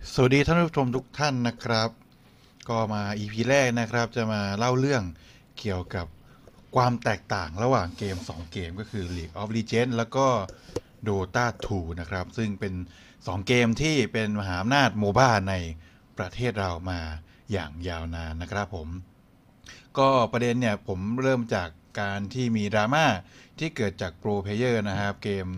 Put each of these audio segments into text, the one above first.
สวัสดีท่านผู้ชมทุกท่านนะครับก็มา EP แรกนะครับจะมาเล่าเรื่องเกี่ยวกับความแตกต่างระหว่างเกม2เกมก็คือ League of Legends แล้วก็ Dota 2นะครับซึ่งเป็น2เกมที่เป็นมหาอำนาจโมบ้าในประเทศเรามาอย่างยาวนานนะครับผมก็ประเด็นเนี่ยผมเริ่มจากการที่มีดราม่าที่เกิดจากโปรเพลเยอร์นะครับเกม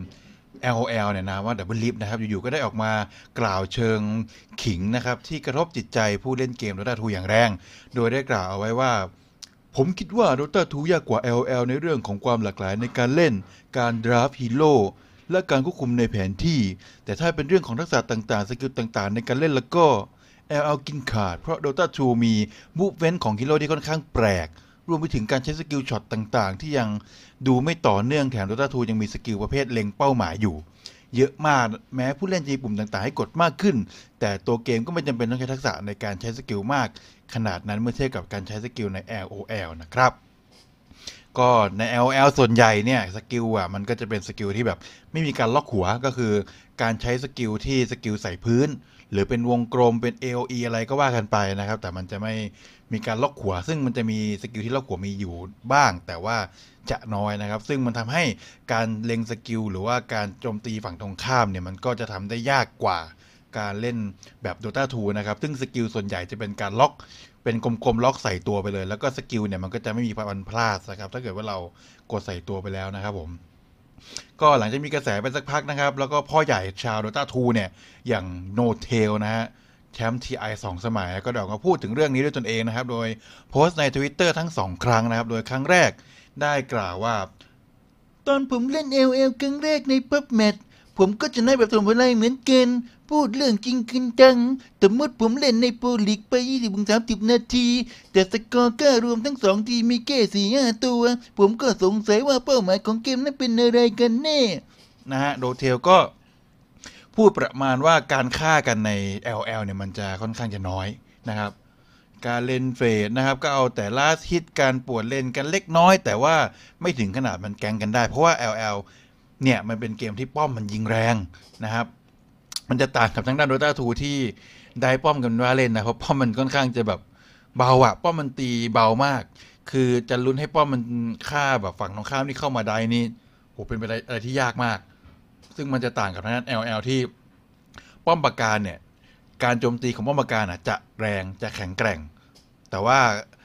LOL เนี่ยนะว่า Double Lift นะครับอยู่ๆก็ได้ออกมากล่าวเชิงขิงนะครับที่กระทบจิตใจผู้เล่นเกม Dota 2 อย่างแรงโดยได้กล่าวเอาไว้ว่าผมคิดว่า Dota 2 ยากกว่า LOL ในเรื่องของความหลากหลายในการเล่นการดราฟฮีโร่และการควบคุมในแผนที่แต่ถ้าเป็นเรื่องของทักษะต่างๆสกิลต่างๆในการเล่นแล้วก็ LOL กินขาดเพราะ Dota 2 มีมูฟเ m น n ์ของฮีโร่ที่ค่อนข้างแปลกรวมไปถึงการใช้สกิลช็อตต่างๆที่ยังดูไม่ต่อเนื่องแถม Dota 2 ยังมีสกิลประเภทเล็งเป้าหมายอยู่เยอะมากแม้ผู้เล่นจะมีปุ่มต่างๆให้กดมากขึ้นแต่ตัวเกมก็ไม่จำเป็นต้องใช้ทักษะในการใช้สกิลมากขนาดนั้นเมื่อเทียบกับการใช้สกิลใน LOL นะครับก็ใน LOL ส่วนใหญ่เนี่ยสกิลมันก็จะเป็นสกิลที่แบบไม่มีการล็อกหัวก็คือการใช้สกิลที่สกิลใส่พื้นหรือเป็นวงกลมเป็น AOE อะไรก็ว่ากันไปนะครับแต่มันจะไม่มีการล็อกหัวซึ่งมันจะมีสกิลที่ล็อกหัวมีอยู่บ้างแต่ว่าจะน้อยนะครับซึ่งมันทำให้การเล็งสกิลหรือว่าการโจมตีฝั่งตรงข้ามเนี่ยมันก็จะทำได้ยากกว่าการเล่นแบบ Dota 2 นะครับซึ่งสกิลส่วนใหญ่จะเป็นการล็อกเป็นกลมๆล็อกใส่ตัวไปเลยแล้วก็สกิลเนี่ยมันก็จะไม่มีวันพลาดนะครับถ้าเกิดว่าเรากดใส่ตัวไปแล้วนะครับผมก็หลังจากมีกระแสไปสักพักนะครับแล้วก็พ่อใหญ่ชาว Dota 2 เนี่ยอย่างโนเทลนะฮะแชมป์ TI 2 สมัยก็ได้ออกมาพูดถึงเรื่องนี้ด้วยตนเองนะครับโดยโพสต์ใน Twitter ทั้ง2ครั้งนะครับโดยครั้งแรกได้กล่าวว่า ตอนผมเล่น LL ครั้งแรกในพับแมทผมก็จะได้แบบสมบูรณ์เหมือนกันพูดเรื่องจริงขึ้นจังแต่เมื่อผมเล่นในโปรลีกไป20-30 นาทีแต่สกอร์ก็รวมทั้ง2ทีมีแค่4-5ตัวผมก็สงสัยว่าเป้าหมายของเกมนั้นเป็นอะไรกันแน่นะฮะโดเทลก็พูดประมาณว่าการฆ่ากันใน LL เนี่ยมันจะค่อนข้างจะน้อยนะครับ การเล่นเฟดนะครับก็เอาแต่ลาสฮิตการปวดเล่นกันเล็กน้อยแต่ว่าไม่ถึงขนาดมันแกงกันได้เพราะว่า LL เนี่ยมันเป็นเกมที่ป้อมมันยิงแรงนะครับมันจะต่างกับทางด้าน Dota 2 ที่ได้ป้อมกันว่าเล่นนะเพราะป้อมมันค่อนข้างจะแบบเบาอะป้อมมันตีเบามากคือจะลุ้นให้ป้อมมันฆ่าแบบฝั่งตรงข้ามที่เข้ามาได้นี่โหเป็นไปได้อะไรที่ยากมากซึ่งมันจะต่างกับทางด้าน LL ที่ป้อมปราการเนี่ยการโจมตีของป้อมปราการจะแรงจะแข็งแกร่ง แต่ว่า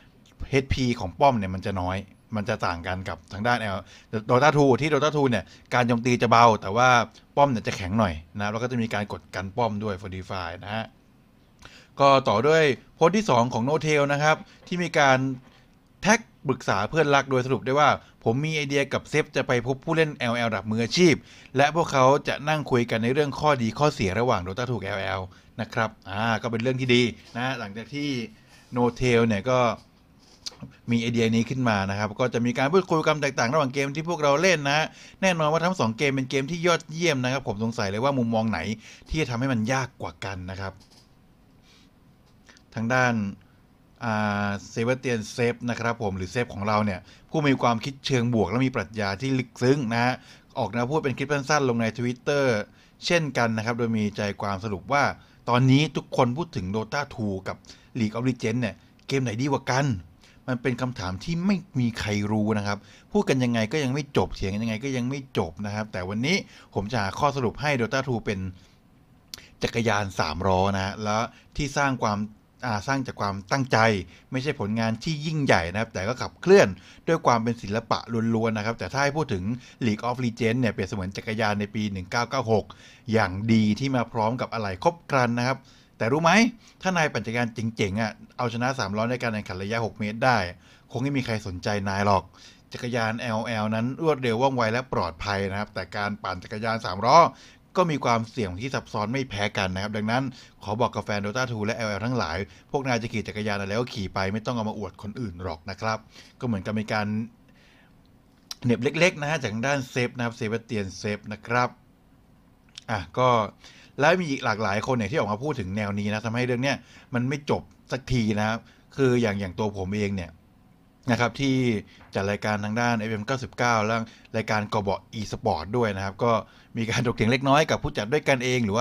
HP ของป้อมเนี่ยมันจะน้อย มันจะต่างกันกับทางด้าน Dota 2ที่ Dota 2เนี่ยการโจมตีจะเบาแต่ว่าป้อมเนี่ยจะแข็งหน่อยนะแล้วก็จะมีการกดกันป้อมด้วย Fortify นะฮะก็ต่อด้วยโพสต์ที่2ของ No Tail นะครับที่มีการแท็กปรึกษาเพื่อนรักโดยสรุปได้ว่าผมมีไอเดียกับเซฟจะไปพบผู้เล่น LL ระดับมืออาชีพและพวกเขาจะนั่งคุยกันในเรื่องข้อดีข้อเสียระหว่าง Dota 2 กับ LL นะครับก็เป็นเรื่องที่ดีนะหลังจากที่ โนเทลเนี่ยก็มีไอเดียนี้ขึ้นมานะครับก็จะมีการพูดคุยกันแตกต่างระหว่างเกมที่พวกเราเล่นนะแน่นอนว่าทั้ง2เกมเป็นเกมที่ยอดเยี่ยมนะครับผมสงสัยเลยว่ามุมมองไหนที่จะทำให้มันยากกว่ากันนะครับทางด้านเซเบเตียนเซฟนะครับผมหรือเซฟของเราเนี่ยผู้มีความคิดเชิงบวกและมีปรัชญาที่ลึกซึ้งนะฮะออกแนวพูดเป็นคลิปสั้นๆลงใน Twitter เช่นกันนะครับโดยมีใจความสรุปว่าตอนนี้ทุกคนพูดถึง Dota 2 กับ League of Legends เนี่ยเกมไหนดีกว่ากันมันเป็นคำถามที่ไม่มีใครรู้นะครับพูดกันยังไงก็ยังไม่จบเถียงกันยังไงก็ยังไม่จบนะครับแต่วันนี้ผมจะหาข้อสรุปให้ Dota 2 เป็นจักรยาน3ล้อนะแล้วที่สร้างจากความตั้งใจไม่ใช่ผลงานที่ยิ่งใหญ่นะครับแต่ก็ขับเคลื่อนด้วยความเป็นศิลปะล้วนๆนะครับแต่ถ้าให้พูดถึง League of Legends เนี่ยเปรียบเสมือนจักรยานในปี 1996 อย่างดีที่มาพร้อมกับอะไหล่ครบครันนะครับแต่รู้ไหมถ้านายปั่นจักรยานเจ๋งๆเอาชนะ3ล้อในการแข่งขันระยะ6เมตรได้คงไม่มีใครสนใจนายหรอกจักรยาน LL นั้นรวดเร็วว่องไวและปลอดภัยนะครับแต่การปั่นจักรยาน3ล้อก็มีความเสี่ยงที่ซับซ้อนไม่แพ้กันนะครับดังนั้นขอบอกกับแฟน Dota 2 และ LL ทั้งหลายพวกนายจะขี่จักรยานอะไรก็ขี่ไปไม่ต้องเอามาอวดคนอื่นหรอกนะครับก็เหมือนกับมีการเหน็บเล็กๆนะฮะจากด้านเซฟนะครับเซฟเตียนเซฟนะครับก็แล้วมีอีกหลากหลายคนเนี่ยที่ออกมาพูดถึงแนวนี้นะทำให้เรื่องเนี้ยมันไม่จบสักทีนะครับคืออย่างตัวผมเองเนี่ยนะครับที่จัดรายการทางด้าน FM 99แล้วรายการกบ e-sport ด้วยนะครับก็มีการถกเถียงเล็กน้อยกับผู้จัดด้วยกันเองหรือว่า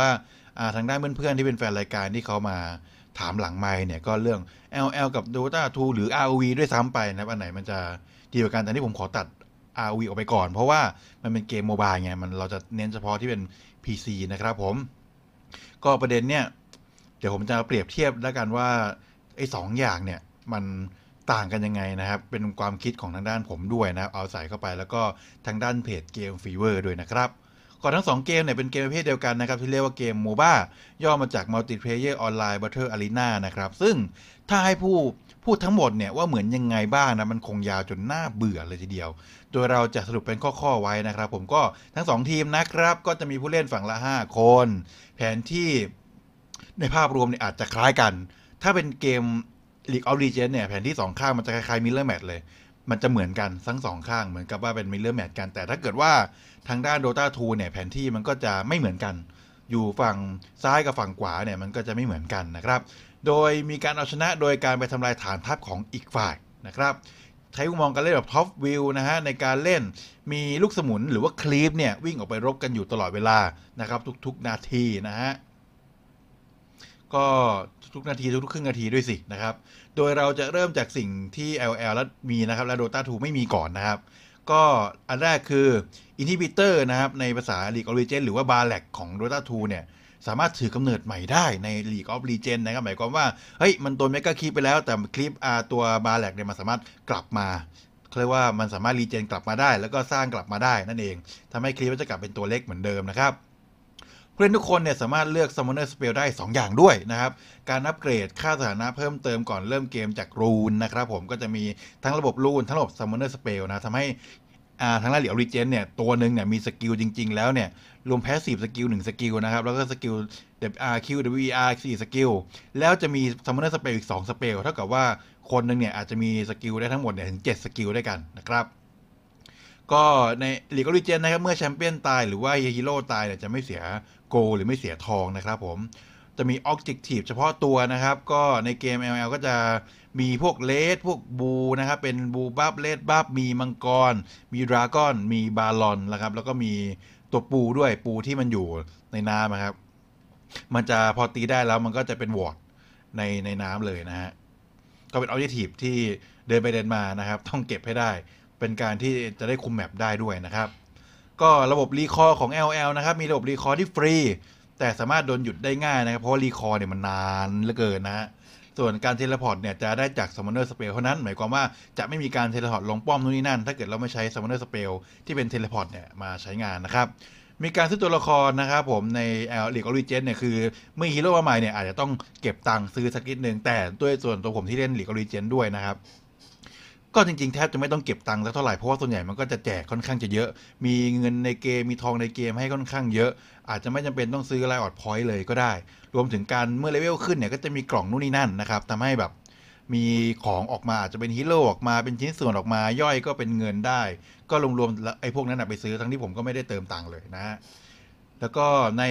ทางด้านเพื่อนๆที่เป็นแฟนรายการที่เขามาถามหลังไมค์เนี่ยก็เรื่อง LL กับ Dota 2 หรือ ROV ด้วยซ้ำไปนะครับอันไหนมันจะดีกว่ากันแต่ที่ผมขอตัด ROV ออกไปก่อนเพราะว่ามันเป็นเกมโมบายไงเราจะเน้นเฉพาะที่เป็น PC นะครับผมก็ประเด็นเนี่ยเดี๋ยวผมจะเปรียบเทียบแล้วกันว่าไอ้2อย่างเนี่ยมันต่างกันยังไงนะครับเป็นความคิดของทางด้านผมด้วยนะครับเอาใส่เข้าไปแล้วก็ทางด้านเพจเกมฟีเวอร์ด้วยนะครับก่อนทั้ง2เกมเนี่ยเป็นเกมประเภทเดียวกันนะครับที่เรียกว่าเกมโมบ้าย่อมาจาก Multiplayer Online Battle Arena นะครับซึ่งถ้าให้พูดทั้งหมดเนี่ยว่าเหมือนยังไงบ้างนะมันคงยาวจนน่าเบื่อเลยทีเดียวโดยเราจะสรุปเป็นข้อๆไว้นะครับผมก็ทั้ง2ทีมนะครับก็จะมีผู้เล่นฝั่งละ5คนแผนที่ในภาพรวมเนี่ยอาจจะคล้ายกันถ้าเป็นเกม League of Legends เนี่ยแผนที่2ข้างมันจะคล้ายๆ Mirror Match เลยมันจะเหมือนกันทั้ง2ข้างเหมือนกับว่าเป็น Mirror Match กันแต่ถ้าเกิดว่าทางด้าน Dota 2 เนี่ยแผนที่มันก็จะไม่เหมือนกันอยู่ฝั่งซ้ายกับฝั่งขวาเนี่ยมันก็จะไม่เหมือนกันนะครับโดยมีการเอาชนะโดยการไปทำลายฐานทัพของอีกฝ่ายนะครับใช้มุมมองการเล่นแบบท็อปวิวนะฮะในการเล่นมีลูกสมุนหรือว่าคลีปเนี่ยวิ่งออกไปรบกันอยู่ตลอดเวลานะครับทุกๆนาทีนะฮะก็ทุกนาทีทุกครึ่งนาทีด้วยสินะครับโดยเราจะเริ่มจากสิ่งที่ LL แล้วมีนะครับและ Dota 2 ไม่มีก่อนนะครับก็อันแรกคือ Inhibitor นะครับในภาษา League of Legends หรือว่า Barlack ของ Dota 2 เนี่ยสามารถถือกำเนิดใหม่ได้ใน League of Legends นะครับหมายความว่าเฮ้ยมันตัวเมกะคลิปไปแล้วแต่คลิปตัวบาแลกเนี่ยมันสามารถกลับมาเขาเรียกว่ามันสามารถรีเจนกลับมาได้แล้วก็สร้างกลับมาได้นั่นเองทำให้คลิปมันจะกลับเป็นตัวเล็กเหมือนเดิมนะครับผู้เล่นทุกคนเนี่ยสามารถเลือก Summoner Spell ได้2อย่างด้วยนะครับการอัปเกรดค่าสถานะเพิ่มเติมก่อนเริ่มเกมจากรูนนะครับผมก็จะมีทั้งระบบรูนทั้งระบบ Summoner Spell นะทำให้ทางด้าน League of Legends เนี่ยตัวหนึ่งเนี่ยมีสกิลจริงๆแล้วเนี่ยรวม Passive สกิล1สกิลนะครับแล้วก็สกิล WRQ WER 4สกิลแล้วจะมี Summoner Spell อีก2สเปลเท่ากับว่าคนหนึ่งเนี่ยอาจจะมีสกิลได้ทั้งหมดเนี่ยถึง7สกิลด้วยกันนะครับก็ใน League of Legends นะครับเมื่อแชมเปี้ยนตายหรือว่าฮีโร่ตายเนี่ยจะไม่เสียโกลหรือไม่เสียทองนะครับผมจะมี Objective เฉพาะตัวนะครับก็ในเกม LL ก็จะมีพวกเลดพวกบูนะครับเป็นบูบัฟเลดบัฟมีมังกรมีดราก้อนมีบาลอนนะครับแล้วก็มีตัวปูด้วยปูที่มันอยู่ในน้ำนะครับมันจะพอตีได้แล้วมันก็จะเป็นวอร์ดในน้ำเลยนะฮะก็เป็น Objective ที่เดินไปเดินมานะครับต้องเก็บให้ได้เป็นการที่จะได้คุมแมปได้ด้วยนะครับก็ระบบรีคอร์ของ LL นะครับมีระบบรีคอร์ที่ฟรีแต่สามารถโดนหยุดได้ง่ายนะครับเพราะว่ารีคอร์เนี่ยมันนานเหลือเกินนะฮะส่วนการเทเลพอร์ตเนี่ยจะได้จาก Summoner Spell เท่านั้นหมายความว่าจะไม่มีการเทเลพอร์ตลงป้อมนู่นนี่นั่นถ้าเกิดเราไม่ใช้ Summoner Spell ที่เป็นเทเลพอร์ตเนี่ยมาใช้งานนะครับมีการซื้อตัวละครนะครับผมใน League of Legends เนี่ยคือเมื่อฮีโร่มาใหม่เนี่ยอาจจะต้องเก็บตังค์ซื้อสักนิดนึงแต่ด้วยส่วนตัวผมที่เล่น League of Legends ด้วยนะครับก็จริงๆแทบจะไม่ต้องเก็บตังค์สักเท่าไหร่เพราะว่าส่วนใหญ่มันก็จะแจกค่อนข้างจะเยอะมีเงินในเกมมีทองในเกมให้ค่อนข้างเยอะอาจจะไม่จำเป็นต้องซื้อไลออดพอยต์เลยก็ได้รวมถึงการเมื่อเลเวลขึ้นเนี่ยก็จะมีกล่องนู่นนี่นั่นนะครับทำให้แบบมีของออกมาอาจจะเป็นฮีโร่ออกมาเป็นชิ้นส่วนออกมาย่อยก็เป็นเงินได้ก็รวมๆไอ้พวกนั้นไปซื้อทั้งที่ผมก็ไม่ได้เติมตังค์เลยนะฮะแล้วก็ใน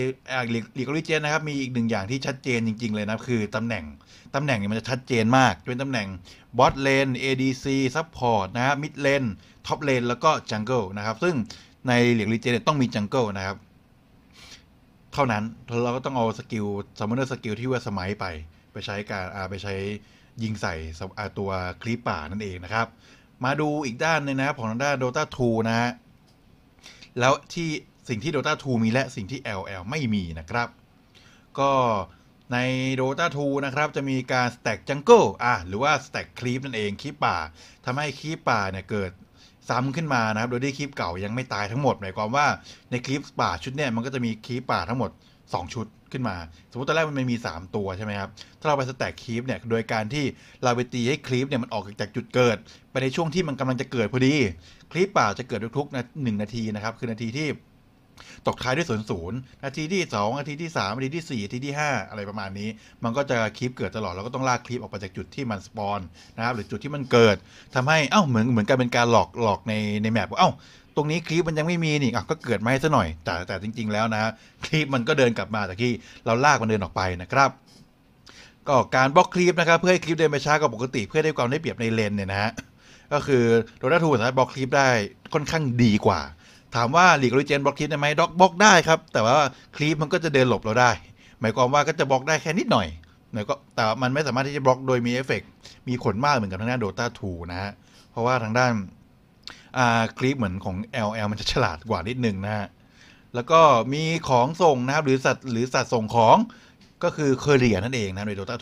League of Legendsนะครับมีอีกหนึ่งอย่างที่ชัดเจนจริงๆเลยนะคือตำแหน่งเนี่ยมันจะชัดเจนมากเป็นตำแหน่งบอทเลน ADC Support นะฮะมิดเลนท็อปเลนแล้วก็จังเกิลนะครับซึ่งใน League of Legends ต้องมีจังเกิลนะครับเท่านั้นเราก็ต้องเอาสกิล Summoner สกิลที่ว่าสมัยไปใช้การไปใช้ยิงใส่ตัวคลิปป่านั่นเองนะครับมาดูอีกด้านนึงนะครับของทางด้าน Dota 2 นะฮะแล้วที่สิ่งที่ Dota 2 มีและสิ่งที่ LL ไม่มีนะครับก็ใน Dota 2 นะครับจะมีการ Stack Jungle หรือว่า Stack Creep นั่นเองคลิปป่าทำให้คลิปป่าเนี่ยเกิดซ้ำขึ้นมานะครับโดยที่คลิปเก่ายังไม่ตายทั้งหมดหมายความว่าในคลิปป่าชุดเนี่ยมันก็จะมีคลิปป่าทั้งหมด2ชุดขึ้นมาสมมติตอนแรกมันมี3ตัวใช่ไหมครับถ้าเราไป Stack Creep เนี่ยโดยการที่เราไปตีให้คลิปเนี่ยมันออกจากจุดเกิดไปในช่วงที่มันกำลังจะเกิดพอดีคลิปป่าจะเกิดทุกๆ1นาทีนะครับคือนาทีที่ตกท้ายด้วย00นาทีที่2นาทีที่3นาทีที่4นาทีที่5อะไรประมาณนี้มันก็จะคลิปเกิดตลอดเราก็ต้องลากคลิปออกไปจากจุดที่มันสปอนนะครับหรือจุดที่มันเกิดทำให้เหมือนกันเป็นการหลอกในแมปว่าตรงนี้คลิปมันยังไม่มีนี่ก็เกิดมาให้ซะหน่อยแต่จริงๆแล้วนะคลิปมันก็เดินกลับมาจากที่เราลากมันเดินออกไปนะครับก็การบล็อกคลิปนะครับเพื่อให้คลิปเดินไปช้ากว่าปกติเพื่อได้ความได้เปรียบในเลนเนี่ยนะฮะก็คือDota 2สามารถบล็อกคลิปได้ค่อนข้างดีกว่าถามว่า League of Legends บล็อกคลิปได้ไหมบล็อกได้ครับแต่ว่าคลิปมันก็จะเดินหลบเราได้หมายความว่าก็จะบล็อกได้แค่นิดหน่อยก็แต่มันไม่สามารถที่จะบล็อกโดยมีเอฟเฟกต์มีผลมากเหมือนกับทางด้าน Dota 2 นะฮะเพราะว่าทางด้านคลิปเหมือนของ LL มันจะฉลาดกว่านิดนึงนะฮะแล้วก็มีของส่งนะครับหรือสัตว์ส่งของก็คือเคอเรียนั่นเองนะใน Dota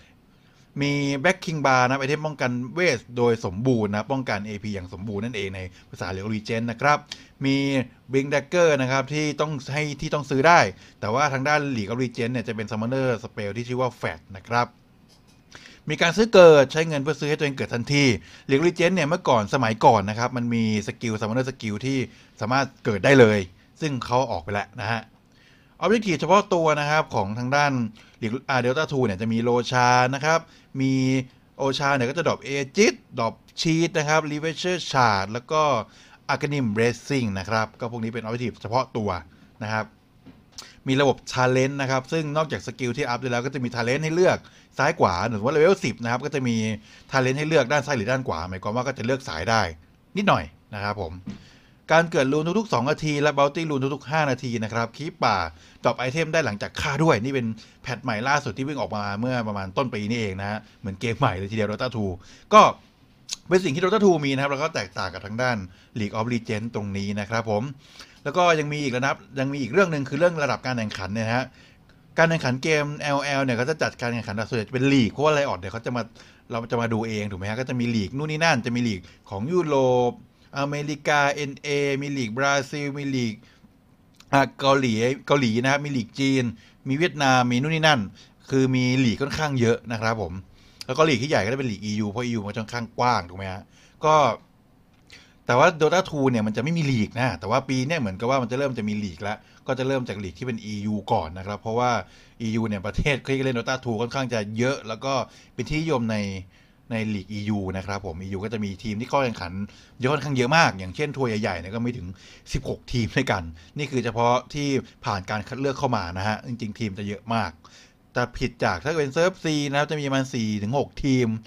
2 มีแบ็คคิงบาร์นะไอเทมป้องกันเวทโดยสมบูรณ์นะป้องกัน AP อย่างสมบูรณ์นั่นเองในภาษาLeague of Legendsนะครับมีบิงแดกเกอร์นะครับที่ต้องซื้อได้แต่ว่าทางด้าน League of Legends เนี่ยจะเป็นซัมมอนเนอร์สเปลที่ชื่อว่าแฟตนะครับมีการซื้อเกิดใช้เงินเพื่อซื้อให้ตัวเองเกิดทันที League of Legends เนี่ยเมื่อก่อนสมัยก่อนนะครับมันมีสกิลซัมมอนเนอร์สกิลที่สามารถเกิดได้เลยซึ่งเขาออกไปแล้วนะฮะออบเจกตีฟเฉพาะตัวนะครับของทางด้านเดลต้า2เนี่ยจะมีโลชานะครับมีโอชาเนี่ยก็จะดรอปเอจิตดรอปชีตนะครับรีเวเชอร์ชาร์ดแล้วก็อาร์แกนิมเรซซิ่งนะครับก็พวกนี้เป็นออบเจกตีฟเฉพาะตัวนะครับมีระบบชาเลนจ์นะครับซึ่งนอกจากสกิลที่อัพได้แล้วก็จะมีทาเลนต์ให้เลือกซ้ายขวาหรือว่าเลเวล10นะครับก็จะมีทาเลนต์ให้เลือกด้านซ้ายหรือด้านขวาหมายความว่าก็จะเลือกสายได้นิดหน่อยนะครับผมการเกิดรูนทุกๆ2นาทีและบัลตี้รูนทุกๆ5นาทีนะครับคีปป่าดรอปไอเทมได้หลังจากฆ่าด้วยนี่เป็นแพทใหม่ล่าสุดที่เพิ่งออกมาเมื่อประมาณต้นปีนี้เองนะฮะเหมือนเกมใหม่เลยทีเดียว Dota 2 ก็เป็นสิ่งที่ Dota 2 มีนะครับแล้วก็แตกต่างกับทางด้าน League of Legends ตรงนี้นะครับผมแล้วก็ยังมีอีกนะครับยังมีอีกเรื่องนึงคือเรื่องระดับการแข่งขันเนี่ยนะฮะการแข่งขันเกม LL เนี่ยเขาจะจัดการแข่งขันส่วนใหญ่เป็นลีกเพราะว่าไลออดเนี่ยเขาจะมาเราจะมาดูเองถูกไหมฮะก็จะมีลีกนู่นนี่นั่นจะมีลีกของยุโรปอเมริกา NA มีลีกบราซิลมีลีกเกาหลีนะครับมีลีกจีนมีเวียดนามมีนู่นนี่นั่นคือมีลีกค่อนข้างเยอะนะครับผมแล้วก็ลีกที่ใหญ่ก็จะเป็นลีก EU เพราะ EU มันค่อนข้างกว้างถูกไหมฮะก็แต่ว่า Dota 2 เนี่ยมันจะไม่มีลีกนะแต่ว่าปีนี้เหมือนกับว่ามันจะเริ่มจะมีลีกแล้วก็จะเริ่มจากลีกที่เป็น EU ก่อนนะครับเพราะว่า EU เนี่ยประเทศที่เล่น Dota 2 ค่อนข้างจะเยอะแล้วก็เป็นที่นิยมในลีก EU นะครับผม EU ก็จะมีทีมที่เข้าแข่งขันเยอะค่อนข้างเยอะมากอย่างเช่นทัวร์ใหญ่ๆเนี่ยก็มีถึง16ทีมด้วยกันนี่คือเฉพาะที่ผ่านการคัดเลือกเข้ามานะฮะจริงๆทีมจะเยอะมากแต่ผิดจากถ้าเป็นเซิร์ฟ C นะครับจะมีประมาณ 4-6 ทีม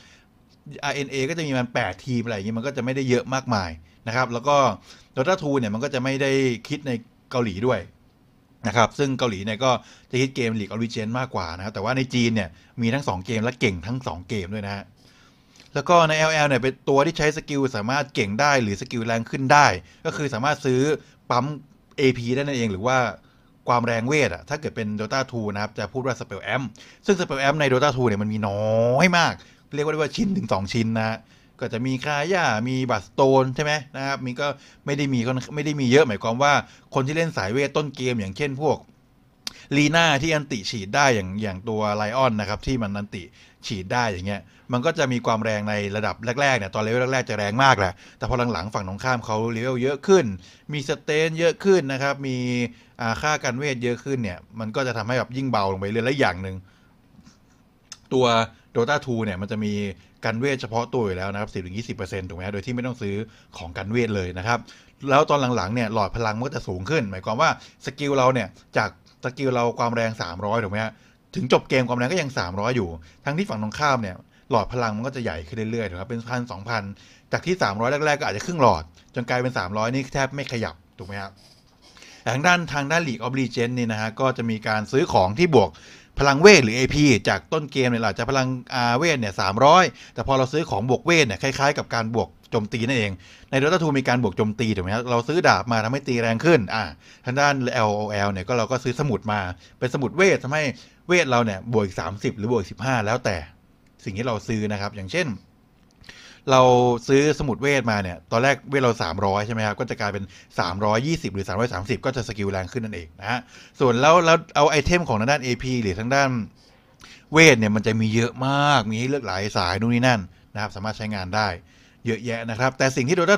RNA ก็จะมีประมาณ8ทีมอะไรอย่างงี้มันก็จะไม่ได้เยอะมากมายนะครับแล้วก็ Dota 2 เนี่ยมันก็จะไม่ได้คิดในเกาหลีด้วยนะครับซึ่งเกาหลีเนี่ยก็จะคิดเกม League of Legends มากกว่านะครับแต่ว่าในจีนเนี่ยมีทั้ง2เกมและเก่งทั้ง2เกมด้วยนะฮะแล้วก็ใน LL เนี่ยเป็นตัวที่ใช้สกิลสามารถเก่งได้หรือสกิลแรงขึ้นได้ก็คือสามารถซื้อปั๊ม AP ได้นั่นเองหรือว่าความแรงเวทอะถ้าเกิดเป็น Dota 2 นะครับจะพูดว่า Spell Amp ซึ่ง Spell Amp ใน Dota 2 เนี่ยมันมีน้อยมากเรียกว่าชิ้นถึง2ชิ้นนะฮะก็จะมีคาย่ามีบัตสโตนใช่ไหมนะครับมีก็ไม่ได้มีเยอะหมายความว่าคนที่เล่นสายเวทต้นเกมอย่างเช่นพวกลีน่าที่อันติฉีดได้อย่างตัวไลออนนะครับที่มันอันติฉีดได้อย่างเงี้ยมันก็จะมีความแรงในระดับแรกๆเนี่ยตอนเลเวลแรกๆจะแรงมากแหละแต่พอหลังๆฝั่งตรงข้ามเขาเลเวลเยอะขึ้นมีสเตนเยอะขึ้นนะครับมีค่ากันเวทเยอะขึ้นเนี่ยมันก็จะทำให้แบบยิ่งเบาลงไปเรื่อยและอย่างหนึ่งตัว Dota 2 เนี่ยมันจะมีกันเวทเฉพาะตัวอยู่แล้วนะครับ 10-20% ถูกไหมโดยที่ไม่ต้องซื้อของกันเวทเลยนะครับแล้วตอนหลังๆเนี่ยหลอดพลังมันก็จะสูงขึ้นหมายความว่าสกิลเราเนี่ยจากสกิลเราความแรง300ถูกไหมฮะถึงจบเกมความแรงก็ยัง300อยู่ทั้งที่ฝั่งตรงข้ามเนี่ยหลอดพลังมันก็จะใหญ่ขึ้นเรื่อยๆถูกไหมเป็น1,000-2,000จากที่300แรกๆก็อาจจะครึ่งหลอดจนกลายเป็น300นี่แทบไม่ขยับถูกไหมครับทางด้าน League of Legends นี่นะฮะก็จะมีการซื้อของที่บวกพลังเวทหรือ AP จากต้นเกมเนี่ยอาจจะพลังเวทเนี่ย300แต่พอเราซื้อของบวกเวทเนี่ยคล้ายๆกับการบวกโจมตีนั่นเองใน Dota 2 มีการบวกโจมตีถูกไหมครับเราซื้อดาบมาทำให้ตีแรงขึ้นทางด้าน LOL เนี่ยก็เราก็ซื้อสมุดมาเป็นสมุดเวททำให้เวทเราเนี่ยบวกอีก30หรือบวกอีก15แล้วแต่สิ่งที่เราซื้อนะครับอย่างเช่นเราซื้อสมุดเวทมาเนี่ยตอนแรกเวทเรา300ใช่ไหมครับก็จะกลายเป็น320หรือ330ก็จะสกิลแรงขึ้นนั่นเองนะฮะส่วนแล้วเอาไอเทมของทางด้าน AP หรือทางด้านเวทเนี่ยมันจะมีเยอะมากมีให้เลือกหลายสายนู่นนี่นั่นนะครับสามารถใช้งานได้เยอะแยะนะครับแต่สิ่งที่ Dota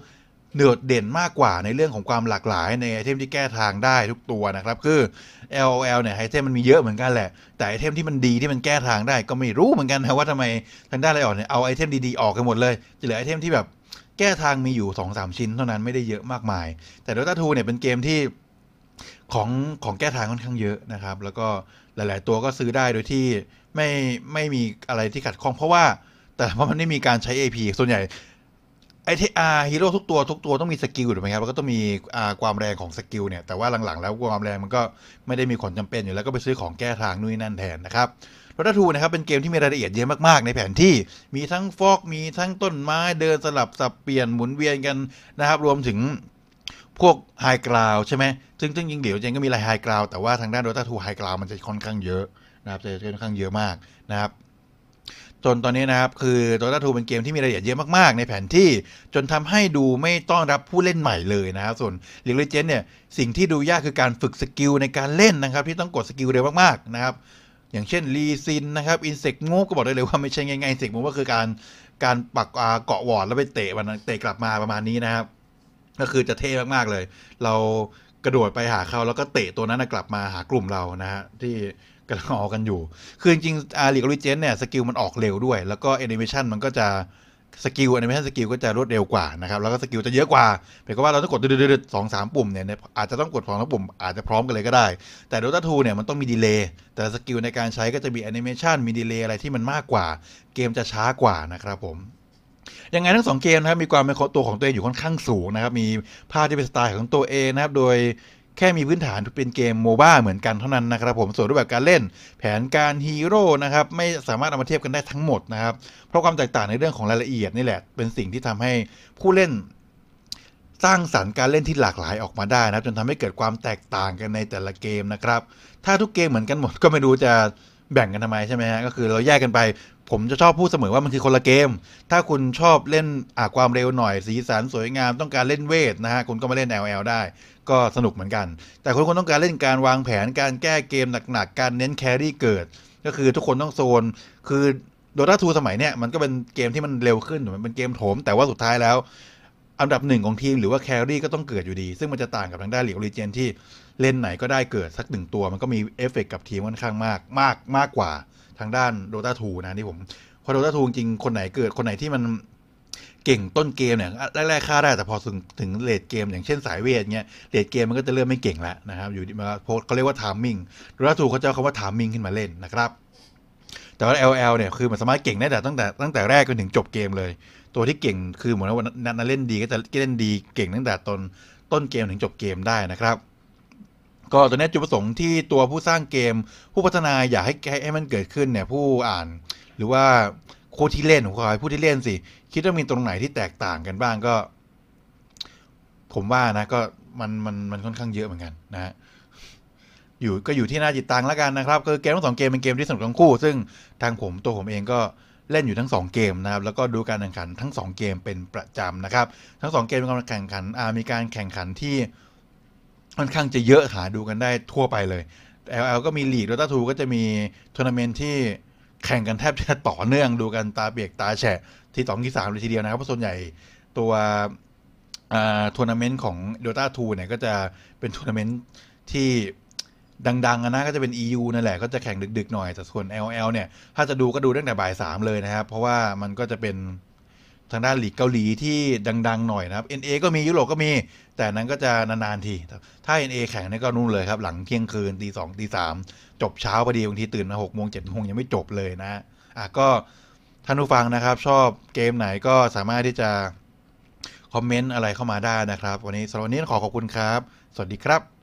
2 เด่นมากกว่าในเรื่องของความหลากหลายในไอเทมที่แก้ทางได้ทุกตัวนะครับคือ LOL เนี่ยไอเทมมันมีเยอะเหมือนกันแหละแต่ไอเทมที่มันดีที่มันแก้ทางได้ก็ไม่รู้เหมือนกันนะว่าทำไมทางด้านไลออนเนี่ยเอาไอเทมดีๆออกกันหมดเลยจะเหลือไอเทมที่แบบแก้ทางมีอยู่ 2-3 ชิ้นเท่านั้นไม่ได้เยอะมากมายแต่ Dota 2 เนี่ยเป็นเกมที่ของแก้ทางค่อนข้างเยอะนะครับแล้วก็หลายๆตัวก็ซื้อได้โดยที่ไม่มีอะไรที่ขัดข้องเพราะว่ามันไม่มีการใช้ AP ส่วนใหญ่ไอทีฮีโร่ทุกตัวต้องมีสกิลถูกไหมครับแล้วก็ต้องมีความแรงของสกิลเนี่ยแต่ว่าหลังๆแล้วความแรงมันก็ไม่ได้มีผลจำเป็นอยู่แล้วก็ไปซื้อของแก้ทางนู่นนั่นแทนนะครับโ o ตาทูนะครับเป็นเกมที่มีรายละเอียดเยอะมากๆในแผนที่มีทั้งฟอกมีทั้งต้นไม้เดินสลับสับเปลี่ยนหมุนเวียนกันนะครับรวมถึงพวกไฮกราวใช่ไหมซึ่งจริงเดี๋ยวจริงก็มีไฮกราวแต่ว่าทางด้านโ o ตาทูไฮกราวมันจะค่อนข้างเยอะนะครับจะค่อนข้างเยอะมากนะครับจนตอนนี้นะครับคือ Dota 2เป็นเกมที่มีรายละเอียดเยอะมากๆในแผนที่จนทำให้ดูไม่ต้อนรับผู้เล่นใหม่เลยนะครับส่วน League of Legends เนี่ยสิ่งที่ดูยากคือการฝึกสกิลในการเล่นนะครับที่ต้องกดสกิลเร็วมากๆนะครับอย่างเช่นรีซินนะครับอินเสกมูฟก็บอกได้เลยว่าไม่ใช่ง่ายๆอินเสกมูฟก็คือการปักเกาะวอร์ดแล้วไปเตะมันเตะกลับมาประมาณนี้นะครับก็คือจะเท่มากๆเลยเรากระโดดไปหาเขาแล้วก็เตะตัวนั้นกลับมาหากลุ่มเรานะฮะที่กำลังออกกันอยู่คือจริงๆLeague of Legends เนี่ยสกิลมันออกเร็วด้วยแล้วก็แอนิเมชันมันก็จะสกิลแอนิเมชันสกิลก็จะรวดเร็วกว่านะครับแล้วก็สกิลจะเยอะกว่าหมายความว่าเราต้องกดดืดๆ2-3 ปุ่มเนี่ยอาจจะต้องกด2-3 ปุ่มอาจจะพร้อมกันเลยก็ได้แต่ Dota 2เนี่ยมันต้องมีดีเลย์แต่สกิลในการใช้ก็จะมีแอนิเมชันมีดีเลย์อะไรที่มันมากกว่าเกมจะช้ากว่านะครับผมยังไงทั้ง2 เกมนะครับมีความเป็นตัวของตัวเองอยู่ค่อนข้างสูงนะครับมีภาพที่เป็นสไตล์ของตัวเองนะครับโดยแค่มีพื้นฐานเป็นเกมโมบ้าเหมือนกันเท่านั้นนะครับผมส่วนรูปแบบการเล่นแผนการฮีโร่นะครับไม่สามารถเอามาเทียบกันได้ทั้งหมดนะครับเพราะความแตกต่างในเรื่องของรายละเอียดนี่แหละเป็นสิ่งที่ทำให้ผู้เล่นสร้างสรรค์การเล่นที่หลากหลายออกมาได้นะครับจนทำให้เกิดความแตกต่างกันในแต่ละเกมนะครับถ้าทุกเกมเหมือนกันหมดก็ไม่รู้จะแบ่งกันทำไมใช่ไหมฮะก็คือเราแยกกันไปผมจะชอบพูดเสมอว่ามันคือคนละเกมถ้าคุณชอบเล่นความเร็วหน่อยสีสันสวยงามต้องการเล่นเวทนะฮะคุณก็มาเล่น LL ได้ก็สนุกเหมือนกันแต่คนต้องการเล่นการวางแผนการแก้เกมหนักๆการเน้นแครี่เกิดก็คือทุกคนต้องโซนคือ Dota 2 สมัยเนี้ยมันก็เป็นเกมที่มันเร็วขึ้นมันเป็นเกมโถมแต่ว่าสุดท้ายแล้วอันดับ1ของทีมหรือว่าแครี่ก็ต้องเกิดอยู่ดีซึ่งมันจะต่างกับทางด้าน League of Legends ที่เล่นไหนก็ได้เกิดสัก1 ตัวมันก็มีเอฟเฟกต์กับทีมค่อนข้างมากกว่าทางด้าน Dota 2 นะที่ผมพอ Dota 2 จริงคนไหนเกิดคนไหนที่มันเก่งต้นเกมเนี่ยแรกๆฆ่าได้แต่พอถึงเลดเกมอย่างเช่นสายเวทเงี้ยเลดเกมมันก็จะเริ่มไม่เก่งแล้วนะครับอยู่ที่มาเขาเรียกว่า timing Dota 2 เขาจะเอาคำว่า timing ขึ้นมาเล่นนะครับแต่ว่า LL เนี่ยคือมันสามารถเก่งได้ตั้งแต่แรกจนถึงจบเกมเลยตัวที่เก่งคือเหมือนว่านั้นเล่นดีก็จะเล่นดีเก่งตั้งแต่ต้นเกมถึงจบเกมได้นะครับก็ตัวนี้จุดประสงค์ที่ตัวผู้สร้างเกมผู้พัฒนาอยากให้มันเกิดขึ้นเนี่ยผู้อ่านหรือว่าโค้ชที่เล่นของเขาผู้ที่เล่นสิคิดว่ามีตรงไหนที่แตกต่างกันบ้างก็ผมว่านะก็มันค่อนข้างเยอะเหมือนกันนะฮะอยู่ที่หน้าจิตตังแล้วกันนะครับคือเกมทั้ง2 เกมเป็นเกมที่สนุกทั้งคู่ซึ่งทางตัวผมเองก็เล่นอยู่ทั้ง2 เกมนะครับแล้วก็ดูการแข่งขันทั้ง2 เกมเป็นประจำนะครับทั้ง2 เกมเป็นการแข่งขันมีการแข่งขันที่ค่อนข้างจะเยอะหาดูกันได้ทั่วไปเลย LL ก็มีลีก Dota 2 ก็จะมีทัวร์นาเมนต์ที่แข่งกันแทบจะต่อเนื่องดูกันตาเปียกตาแฉะที่2ที่3เลยทีเดียวนะครับเพราะส่วนใหญ่ตัวทัวร์นาเมนต์ของ Dota 2 เนี่ยก็จะเป็นทัวร์นาเมนต์ที่ดังๆนะก็จะเป็น EU นั่นแหละก็จะแข่งดึกๆหน่อยแต่ส่วน LL เนี่ยถ้าจะดูก็ดูตั้งแต่บ่าย 3เลยนะครับเพราะว่ามันก็จะเป็นทางด้านลีกเกาหลีที่ดังๆหน่อยนะครับ NA ก็มียุโรปก็มีแต่นั้นก็จะนานๆทีถ้า NA แข่งนี่ก็นู่นเลยครับหลังเที่ยงคืนตี 2ตี 3จบเช้าพอดีบางทีตื่นมา6 โมง 7 โมงยังไม่จบเลยนะก็ท่านผู้ฟังนะครับชอบเกมไหนก็สามารถที่จะคอมเมนต์อะไรเข้ามาได้นะครับวันนี้สำหรับวันนี้ขอขอบคุณครับสวัสดีครับ